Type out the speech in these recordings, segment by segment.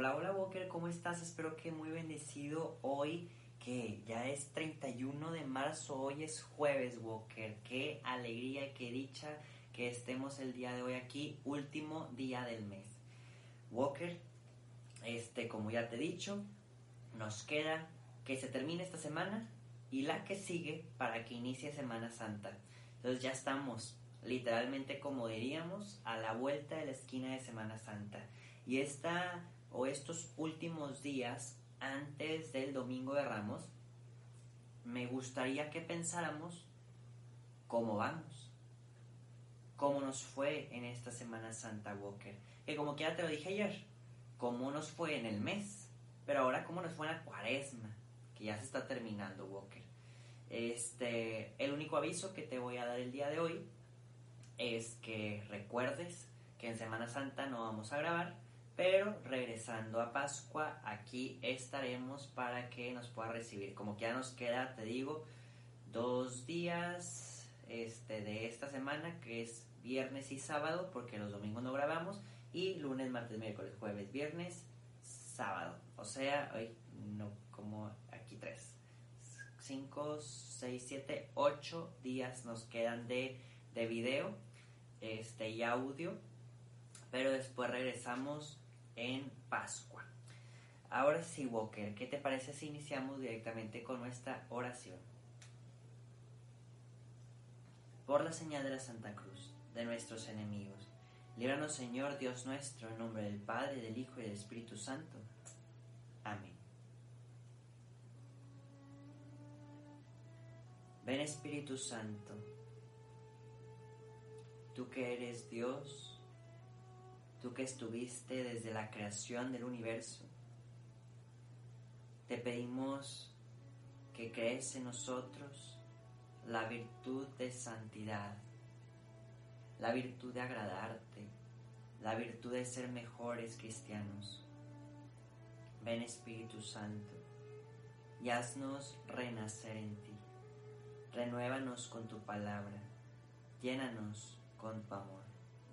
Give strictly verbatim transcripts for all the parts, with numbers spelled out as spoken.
Hola, hola Walker, ¿cómo estás? Espero que muy bendecido hoy, que ya es treinta y uno de marzo, hoy es jueves, Walker. Qué alegría, qué dicha que estemos el día de hoy aquí, último día del mes. Walker, este, como ya te he dicho, nos queda que se termine esta semana y la que sigue para que inicie Semana Santa. Entonces ya estamos, literalmente como diríamos, a la vuelta de la esquina de Semana Santa. Y esta o estos últimos días antes del Domingo de Ramos, me gustaría que pensáramos cómo vamos, cómo nos fue en esta Semana Santa, Walker. Que como que ya te lo dije ayer, cómo nos fue en el mes, pero ahora cómo nos fue en la cuaresma, que ya se está terminando, Walker. Este, el único aviso que te voy a dar el día de hoy es que recuerdes que en Semana Santa no vamos a grabar, pero regresando a Pascua, aquí estaremos para que nos pueda recibir. Como que ya nos queda, te digo, dos días este, de esta semana, que es viernes y sábado, porque los domingos no grabamos, y lunes, martes, miércoles, jueves, viernes, sábado. O sea, hoy no, como aquí tres, cinco, seis, siete, ocho días nos quedan de, de video este, y audio, pero después regresamos en Pascua. Ahora sí, Walker, ¿qué te parece si iniciamos directamente con nuestra oración? Por la señal de la Santa Cruz, de nuestros enemigos, líbranos, Señor Dios nuestro, en nombre del Padre, del Hijo y del Espíritu Santo. Amén. Ven, Espíritu Santo, tú que eres Dios, tú que estuviste desde la creación del universo, te pedimos que crees en nosotros la virtud de santidad, la virtud de agradarte, la virtud de ser mejores cristianos. Ven, Espíritu Santo, y haznos renacer en ti. Renuévanos con tu palabra, llénanos con tu amor.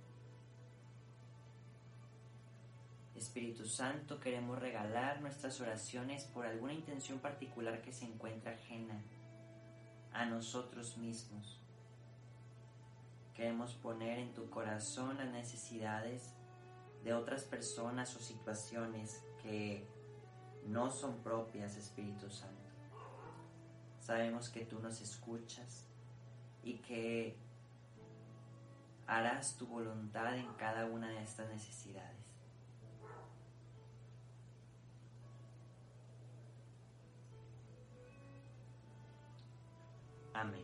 Espíritu Santo, queremos regalar nuestras oraciones por alguna intención particular que se encuentra ajena a nosotros mismos. Queremos poner en tu corazón las necesidades de otras personas o situaciones que no son propias, Espíritu Santo. Sabemos que tú nos escuchas y que harás tu voluntad en cada una de estas necesidades. Amén.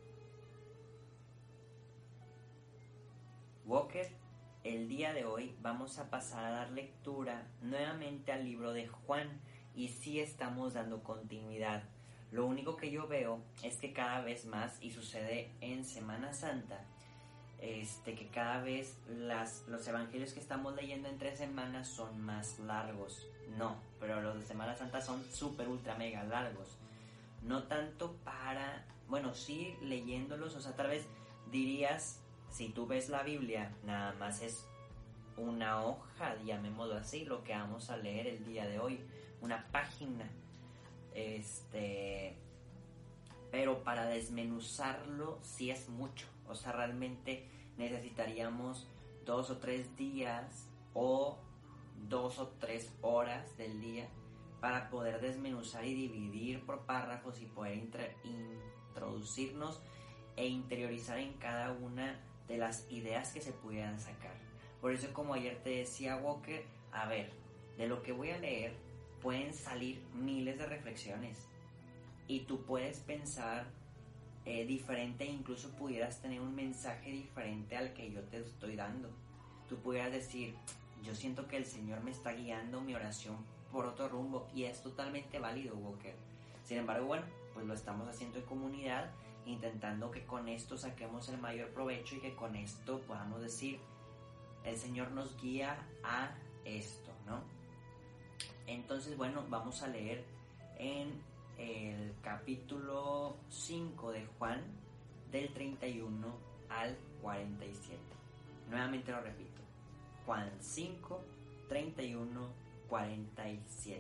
Walker, el día de hoy vamos a pasar a dar lectura nuevamente al libro de Juan, y sí estamos dando continuidad. Lo único que yo veo es que cada vez más, y sucede en Semana Santa, este, que cada vez las, los evangelios que estamos leyendo entre semanas son más largos. No, pero los de Semana Santa son súper ultra mega largos. No tanto para, bueno, sí leyéndolos, o sea, tal vez dirías, si tú ves la Biblia, nada más es una hoja, llamémoslo así, lo que vamos a leer el día de hoy, una página, este, pero para desmenuzarlo sí es mucho, o sea, realmente necesitaríamos dos o tres días o dos o tres horas del día para poder desmenuzar y dividir por párrafos y poder intra- introducirnos e interiorizar en cada una de las ideas que se pudieran sacar. Por eso, como ayer te decía, Walker, a ver, de lo que voy a leer pueden salir miles de reflexiones y tú puedes pensar eh, diferente, e incluso pudieras tener un mensaje diferente al que yo te estoy dando. Tú pudieras decir, yo siento que el Señor me está guiando mi oración por otro rumbo, y es totalmente válido, Walker. Sin embargo, bueno, pues lo estamos haciendo en comunidad, intentando que con esto saquemos el mayor provecho y que con esto podamos decir, el Señor nos guía a esto, ¿no? Entonces, bueno, vamos a leer en el capítulo cinco de Juan, del treinta y uno al cuarenta y siete. Nuevamente lo repito, Juan cinco, treinta y uno cuarenta y siete.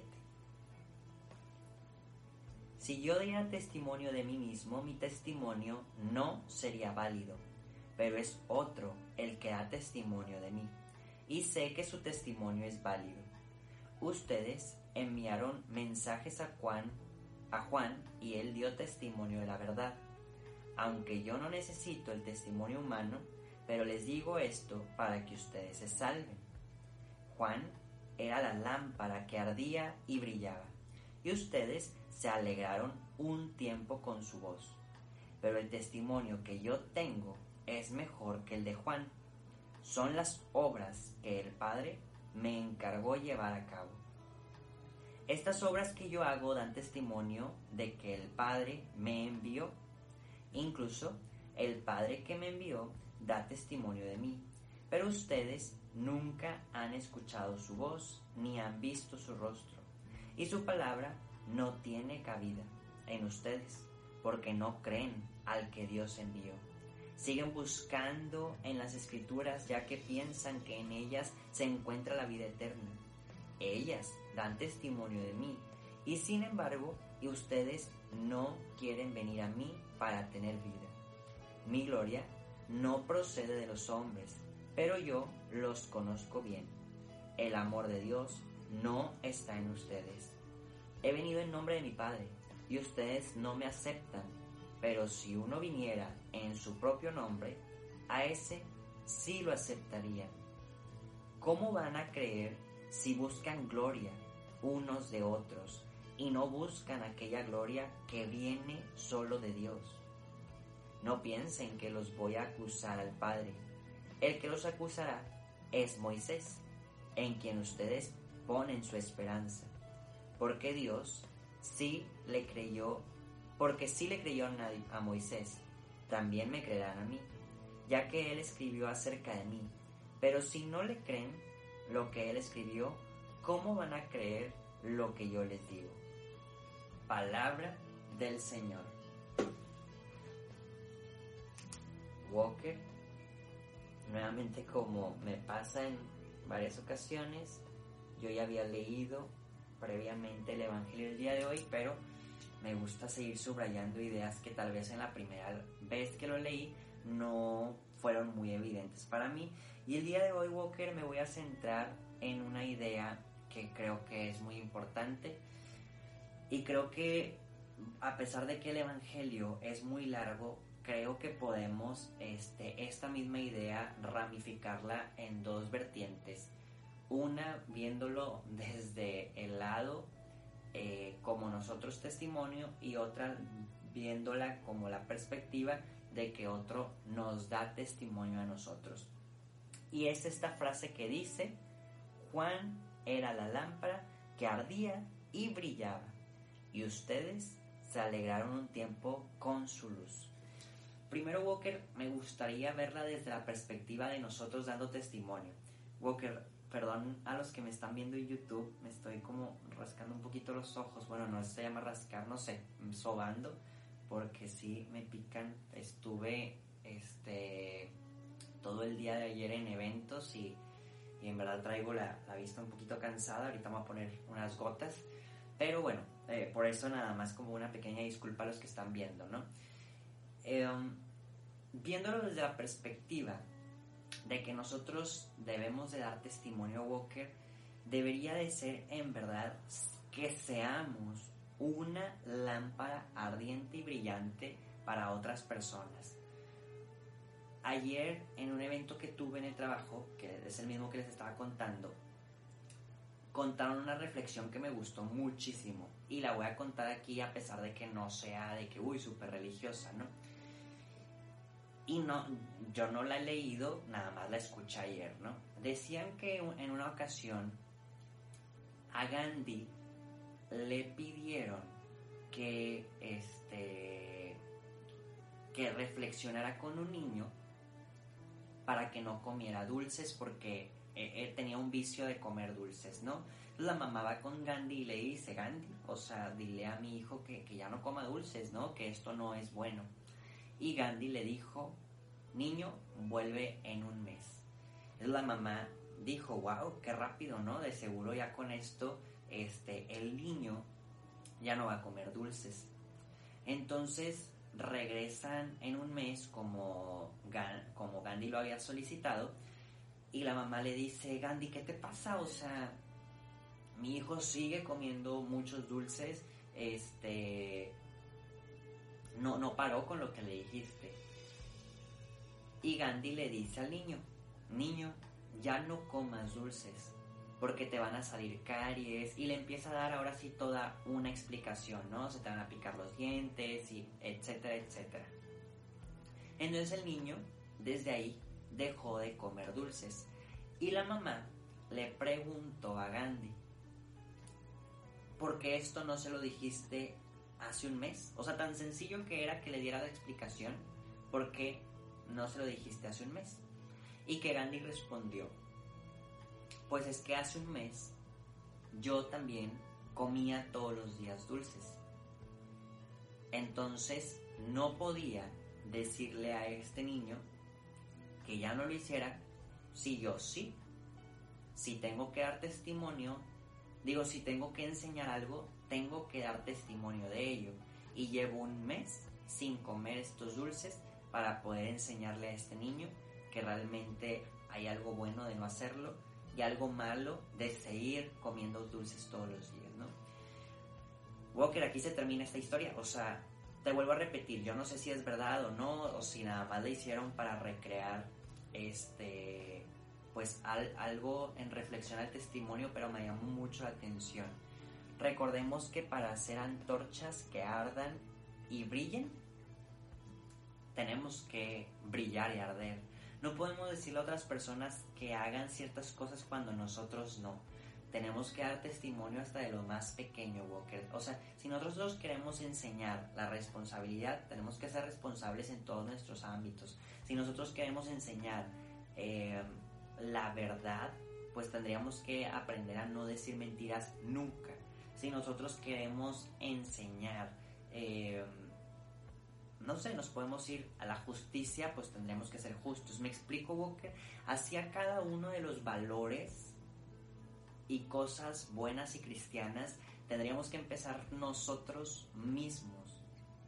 Si yo diera testimonio de mí mismo, mi testimonio no sería válido, pero es otro el que da testimonio de mí, y sé que su testimonio es válido. Ustedes enviaron mensajes a Juan, a Juan y él dio testimonio de la verdad. Aunque yo no necesito el testimonio humano, pero les digo esto para que ustedes se salven. Juan era la lámpara que ardía y brillaba, y ustedes se alegraron un tiempo con su voz. Pero el testimonio que yo tengo es mejor que el de Juan. Son las obras que el Padre me encargó llevar a cabo. Estas obras que yo hago dan testimonio de que el Padre me envió. Incluso el Padre que me envió da testimonio de mí. Pero ustedes nunca han escuchado su voz ni han visto su rostro. Y su palabra no tiene cabida en ustedes, porque no creen al que Dios envió. Siguen buscando en las Escrituras, ya que piensan que en ellas se encuentra la vida eterna. Ellas dan testimonio de mí, y sin embargo, y ustedes no quieren venir a mí para tener vida. Mi gloria no procede de los hombres, pero yo los conozco bien. El amor de Dios no está en ustedes. He venido en nombre de mi Padre, y ustedes no me aceptan, pero si uno viniera en su propio nombre, a ese sí lo aceptarían. ¿Cómo van a creer si buscan gloria unos de otros y no buscan aquella gloria que viene solo de Dios? No piensen que los voy a acusar al Padre. El que los acusará es Moisés, en quien ustedes ponen su esperanza. Porque Dios sí le creyó, porque sí le creyó a Moisés, también me creerán a mí, ya que él escribió acerca de mí. Pero si no le creen lo que él escribió, ¿cómo van a creer lo que yo les digo? Palabra del Señor. Walker, nuevamente, como me pasa en varias ocasiones, yo ya había leído previamente el Evangelio del día de hoy, pero me gusta seguir subrayando ideas que tal vez en la primera vez que lo leí no fueron muy evidentes para mí. Y el día de hoy, Walker, me voy a centrar en una idea que creo que es muy importante, y creo que a pesar de que el Evangelio es muy largo, creo que podemos este, esta misma idea ramificarla en dos vertientes. Una, viéndolo desde el lado eh, como nosotros testimonio, y otra viéndola como la perspectiva de que otro nos da testimonio a nosotros. Y es esta frase que dice: Juan era la lámpara que ardía y brillaba, y ustedes se alegraron un tiempo con su luz. Primero, Walker, me gustaría verla desde la perspectiva de nosotros dando testimonio. Walker, perdón a los que me están viendo en YouTube, me estoy como rascando un poquito los ojos. Bueno, no se llama rascar, no sé, sobando, porque sí me pican. Estuve este todo el día de ayer en eventos y, y en verdad traigo la, la vista un poquito cansada. Ahorita me voy a poner unas gotas, pero bueno, eh, por eso nada más como una pequeña disculpa a los que están viendo, ¿no? Eh, viéndolo desde la perspectiva de que nosotros debemos de dar testimonio, Walker, debería de ser en verdad que seamos una lámpara ardiente y brillante para otras personas. Ayer, en un evento que tuve en el trabajo, que es el mismo que les estaba contando, contaron una reflexión que me gustó muchísimo, y la voy a contar aquí a pesar de que no sea de que, uy, súper religiosa, ¿no? Y no, yo no la he leído, nada más la escuché ayer, ¿no? Decían que en una ocasión a Gandhi le pidieron que, este, que reflexionara con un niño para que no comiera dulces, porque él tenía un vicio de comer dulces, ¿no? Entonces la mamá va con Gandhi y le dice: Gandhi, o sea, dile a mi hijo que, que ya no coma dulces, ¿no? Que esto no es bueno. Y Gandhi le dijo: niño, vuelve en un mes. Entonces la mamá dijo, wow, qué rápido, ¿no? De seguro ya con esto, este, el niño ya no va a comer dulces. Entonces regresan en un mes como, como Gandhi lo había solicitado, y la mamá le dice, Gandhi, ¿qué te pasa? O sea, mi hijo sigue comiendo muchos dulces, este, no, no paró con lo que le dijiste. Y Gandhi le dice al niño, niño, ya no comas dulces, porque te van a salir caries, y le empieza a dar ahora sí toda una explicación, ¿no? Se te van a picar los dientes, y etcétera, etcétera. Entonces el niño, desde ahí, dejó de comer dulces. Y la mamá le preguntó a Gandhi, ¿por qué esto no se lo dijiste hace un mes? O sea, tan sencillo que era que le diera la explicación, ¿por qué no se lo dijiste hace un mes? Y que Gandhi respondió, pues es que hace un mes yo también comía todos los días dulces. Entonces no podía decirle a este niño que ya no lo hiciera si yo sí. Si tengo que dar testimonio, digo, si tengo que enseñar algo, tengo que dar testimonio de ello. Y llevo un mes sin comer estos dulces para poder enseñarle a este niño que realmente hay algo bueno de no hacerlo y algo malo de seguir comiendo dulces todos los días, ¿no? Walker, aquí se termina esta historia. O sea, te vuelvo a repetir, yo no sé si es verdad o no, o si nada más le hicieron para recrear este, pues al, algo en reflexión al testimonio, pero me llamó mucho la atención. Recordemos que para hacer antorchas que ardan y brillen, tenemos que brillar y arder. No podemos decirle a otras personas que hagan ciertas cosas cuando nosotros no. Tenemos que dar testimonio hasta de lo más pequeño, Walker. O sea, si nosotros queremos enseñar la responsabilidad, tenemos que ser responsables en todos nuestros ámbitos. Si nosotros queremos enseñar eh, la verdad, pues tendríamos que aprender a no decir mentiras nunca. Si nosotros queremos enseñar... Eh, no sé, nos podemos ir a la justicia, pues tendremos que ser justos. ¿Me explico, Walker? Hacia cada uno de los valores y cosas buenas y cristianas, tendríamos que empezar nosotros mismos.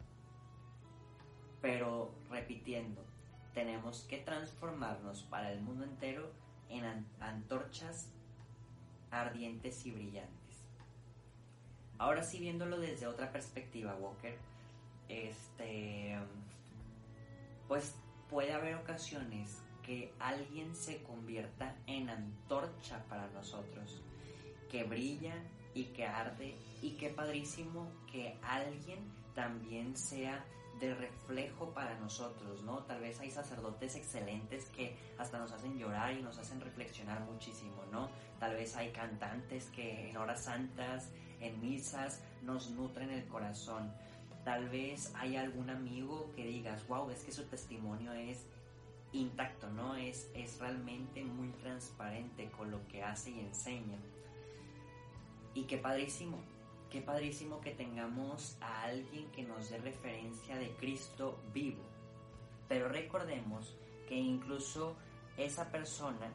Pero, repitiendo, tenemos que transformarnos para el mundo entero en an- antorchas ardientes y brillantes. Ahora sí, viéndolo desde otra perspectiva, Walker, este, pues puede haber ocasiones que alguien se convierta en antorcha para nosotros, que brilla y que arde, y qué padrísimo que alguien también sea de reflejo para nosotros, ¿no? Tal vez hay sacerdotes excelentes que hasta nos hacen llorar y nos hacen reflexionar muchísimo, ¿no? Tal vez hay cantantes que en horas santas, en misas, nos nutren el corazón. Tal vez hay algún amigo que digas, wow, es que su testimonio es intacto, ¿no? Es, es realmente muy transparente con lo que hace y enseña. Y qué padrísimo, qué padrísimo que tengamos a alguien que nos dé referencia de Cristo vivo. Pero recordemos que incluso esa persona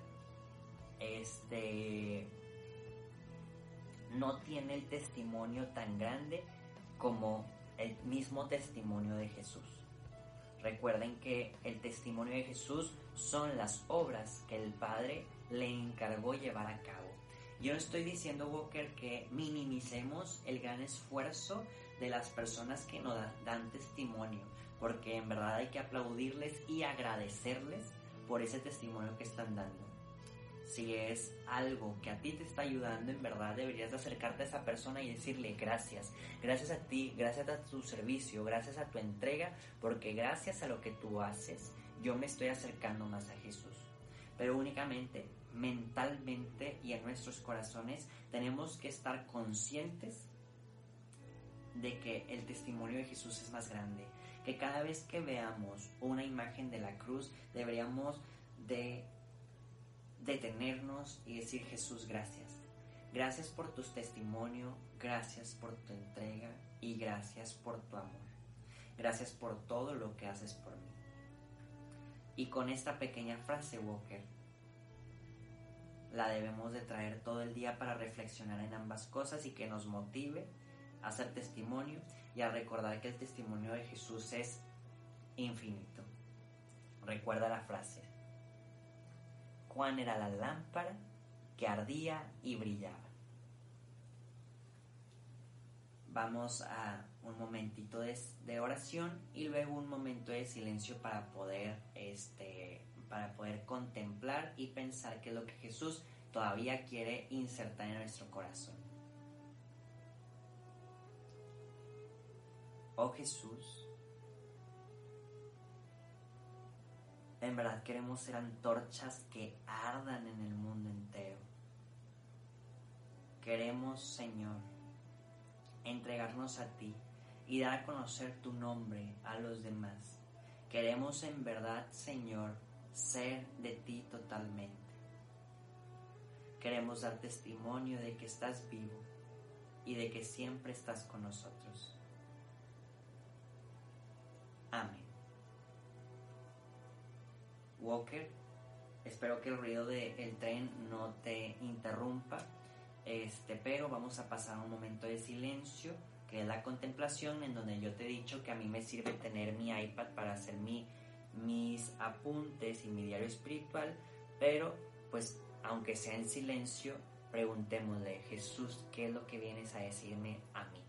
este, no tiene el testimonio tan grande como el mismo testimonio de Jesús. Recuerden que el testimonio de Jesús son las obras que el Padre le encargó llevar a cabo. Yo no estoy diciendo, Walker, que minimicemos el gran esfuerzo de las personas que nos dan testimonio, porque en verdad hay que aplaudirles y agradecerles por ese testimonio que están dando. Si es algo que a ti te está ayudando, en verdad deberías de acercarte a esa persona y decirle gracias. Gracias a ti, gracias a tu servicio, gracias a tu entrega, porque gracias a lo que tú haces, yo me estoy acercando más a Jesús. Pero únicamente, mentalmente y en nuestros corazones, tenemos que estar conscientes de que el testimonio de Jesús es más grande. Que cada vez que veamos una imagen de la cruz, deberíamos de detenernos y decir, Jesús, gracias. Gracias por tu testimonio, gracias por tu entrega y gracias por tu amor. Gracias por todo lo que haces por mí. Y con esta pequeña frase, Walker, la debemos de traer todo el día para reflexionar en ambas cosas y que nos motive a hacer testimonio y a recordar que el testimonio de Jesús es infinito. Recuerda la frase: Juan era la lámpara que ardía y brillaba. Vamos a un momentito de, de oración y luego un momento de silencio para poder, este, para poder contemplar y pensar qué es lo que Jesús todavía quiere insertar en nuestro corazón. Oh Jesús, en verdad queremos ser antorchas que ardan en el mundo entero. Queremos, Señor, entregarnos a ti y dar a conocer tu nombre a los demás. Queremos en verdad, Señor, ser de ti totalmente. Queremos dar testimonio de que estás vivo y de que siempre estás con nosotros. Amén. Walker, espero que el ruido del tren no te interrumpa. Este, pero vamos a pasar un momento de silencio, que es la contemplación, en donde yo te he dicho que a mí me sirve tener mi iPad para hacer mi, mis apuntes y mi diario espiritual, pero pues aunque sea en silencio, preguntémosle: Jesús, ¿qué es lo que vienes a decirme a mí?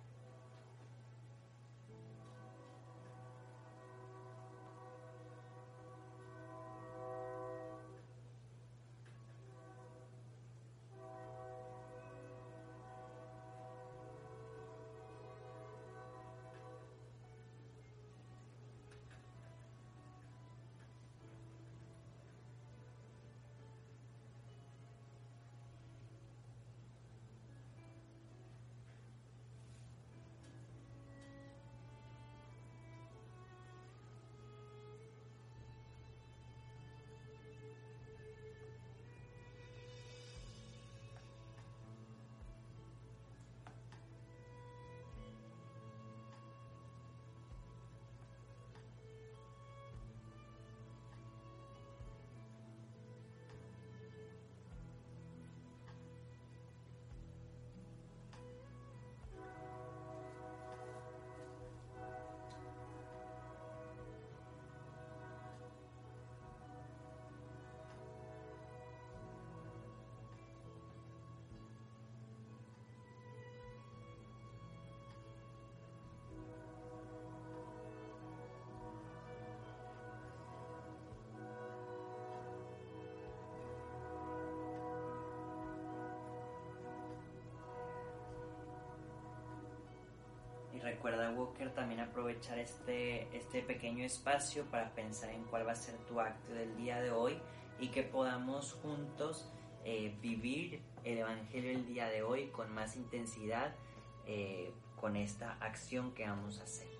Recuerda, Walker, también aprovechar este, este pequeño espacio para pensar en cuál va a ser tu acto del día de hoy y que podamos juntos eh, vivir el Evangelio el día de hoy con más intensidad, eh, con esta acción que vamos a hacer.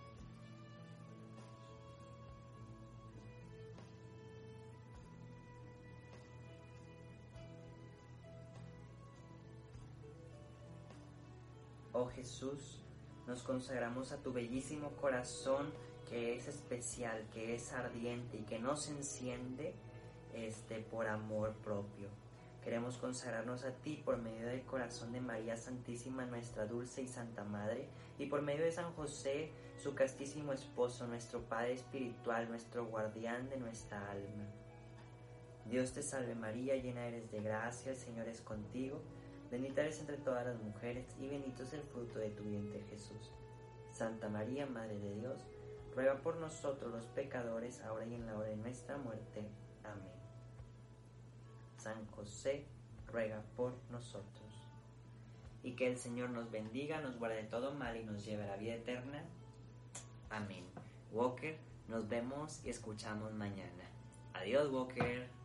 Oh Jesús, nos consagramos a tu bellísimo corazón, que es especial, que es ardiente y que nos enciende este, por amor propio. Queremos consagrarnos a ti por medio del corazón de María Santísima, nuestra dulce y santa Madre, y por medio de San José, su castísimo esposo, nuestro Padre espiritual, nuestro guardián de nuestra alma. Dios te salve María, llena eres de gracia, el Señor es contigo. Bendita eres entre todas las mujeres y bendito es el fruto de tu vientre Jesús. Santa María, Madre de Dios, ruega por nosotros los pecadores, ahora y en la hora de nuestra muerte. Amén. San José, ruega por nosotros. Y que el Señor nos bendiga, nos guarde de todo mal y nos lleve a la vida eterna. Amén. Walker, nos vemos y escuchamos mañana. Adiós, Walker.